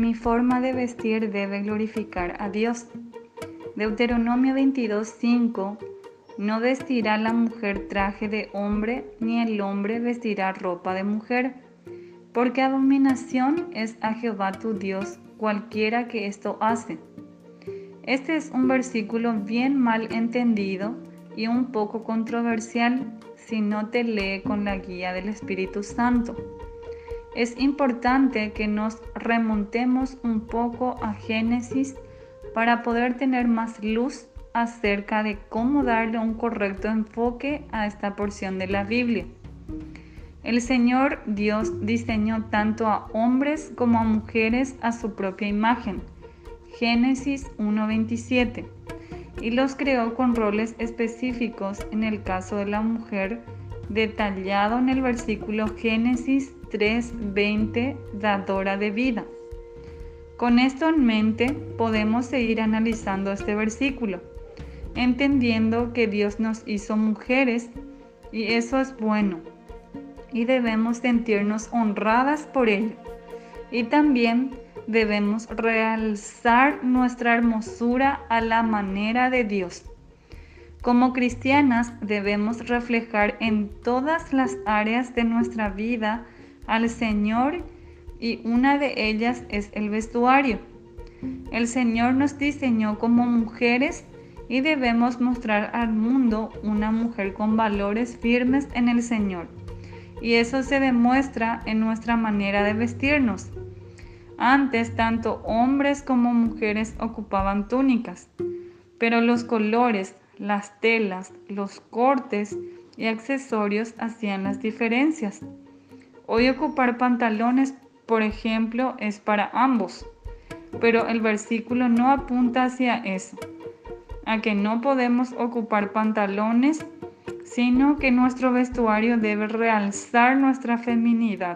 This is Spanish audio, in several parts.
Mi forma de vestir debe glorificar a Dios. Deuteronomio 22:5. No vestirá la mujer traje de hombre, ni el hombre vestirá ropa de mujer, porque abominación es a Jehová tu Dios cualquiera que esto hace. Este es un versículo bien mal entendido y un poco controversial si no te lee con la guía del Espíritu Santo. Es importante que nos remontemos un poco a Génesis para poder tener más luz acerca de cómo darle un correcto enfoque a esta porción de la Biblia. El Señor Dios diseñó tanto a hombres como a mujeres a su propia imagen, Génesis 1:27, y los creó con roles específicos en el caso de la mujer, detallado en el versículo Génesis 3:20, dadora de vida. Con esto en mente, podemos seguir analizando este versículo, entendiendo que Dios nos hizo mujeres y eso es bueno, y debemos sentirnos honradas por ello. Y también debemos realzar nuestra hermosura a la manera de Dios. Como cristianas debemos reflejar en todas las áreas de nuestra vida al Señor y una de ellas es el vestuario. El Señor nos diseñó como mujeres y debemos mostrar al mundo una mujer con valores firmes en el Señor. Y eso se demuestra en nuestra manera de vestirnos. Antes, tanto hombres como mujeres ocupaban túnicas, pero los colores, las telas, los cortes y accesorios hacían las diferencias. Hoy ocupar pantalones, por ejemplo, es para ambos, pero el versículo no apunta hacia eso, a que no podemos ocupar pantalones, sino que nuestro vestuario debe realzar nuestra feminidad,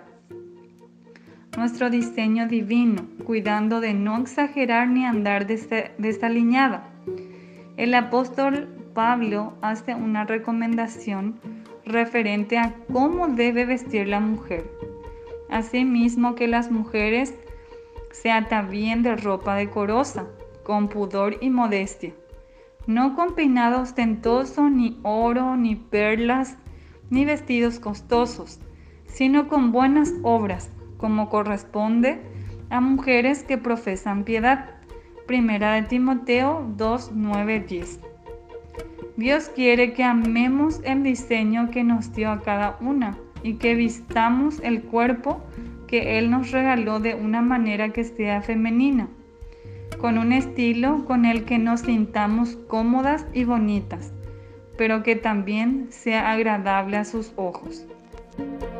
nuestro diseño divino, cuidando de no exagerar ni andar desaliñada. El apóstol Pablo hace una recomendación referente a cómo debe vestir la mujer. Asimismo que las mujeres se atavíen de ropa decorosa, con pudor y modestia, no con peinado ostentoso, ni oro, ni perlas, ni vestidos costosos, sino con buenas obras, como corresponde a mujeres que profesan piedad. Primera de Timoteo 2:9-10. Dios quiere que amemos el diseño que nos dio a cada una y que vistamos el cuerpo que Él nos regaló de una manera que sea femenina, con un estilo con el que nos sintamos cómodas y bonitas, pero que también sea agradable a sus ojos.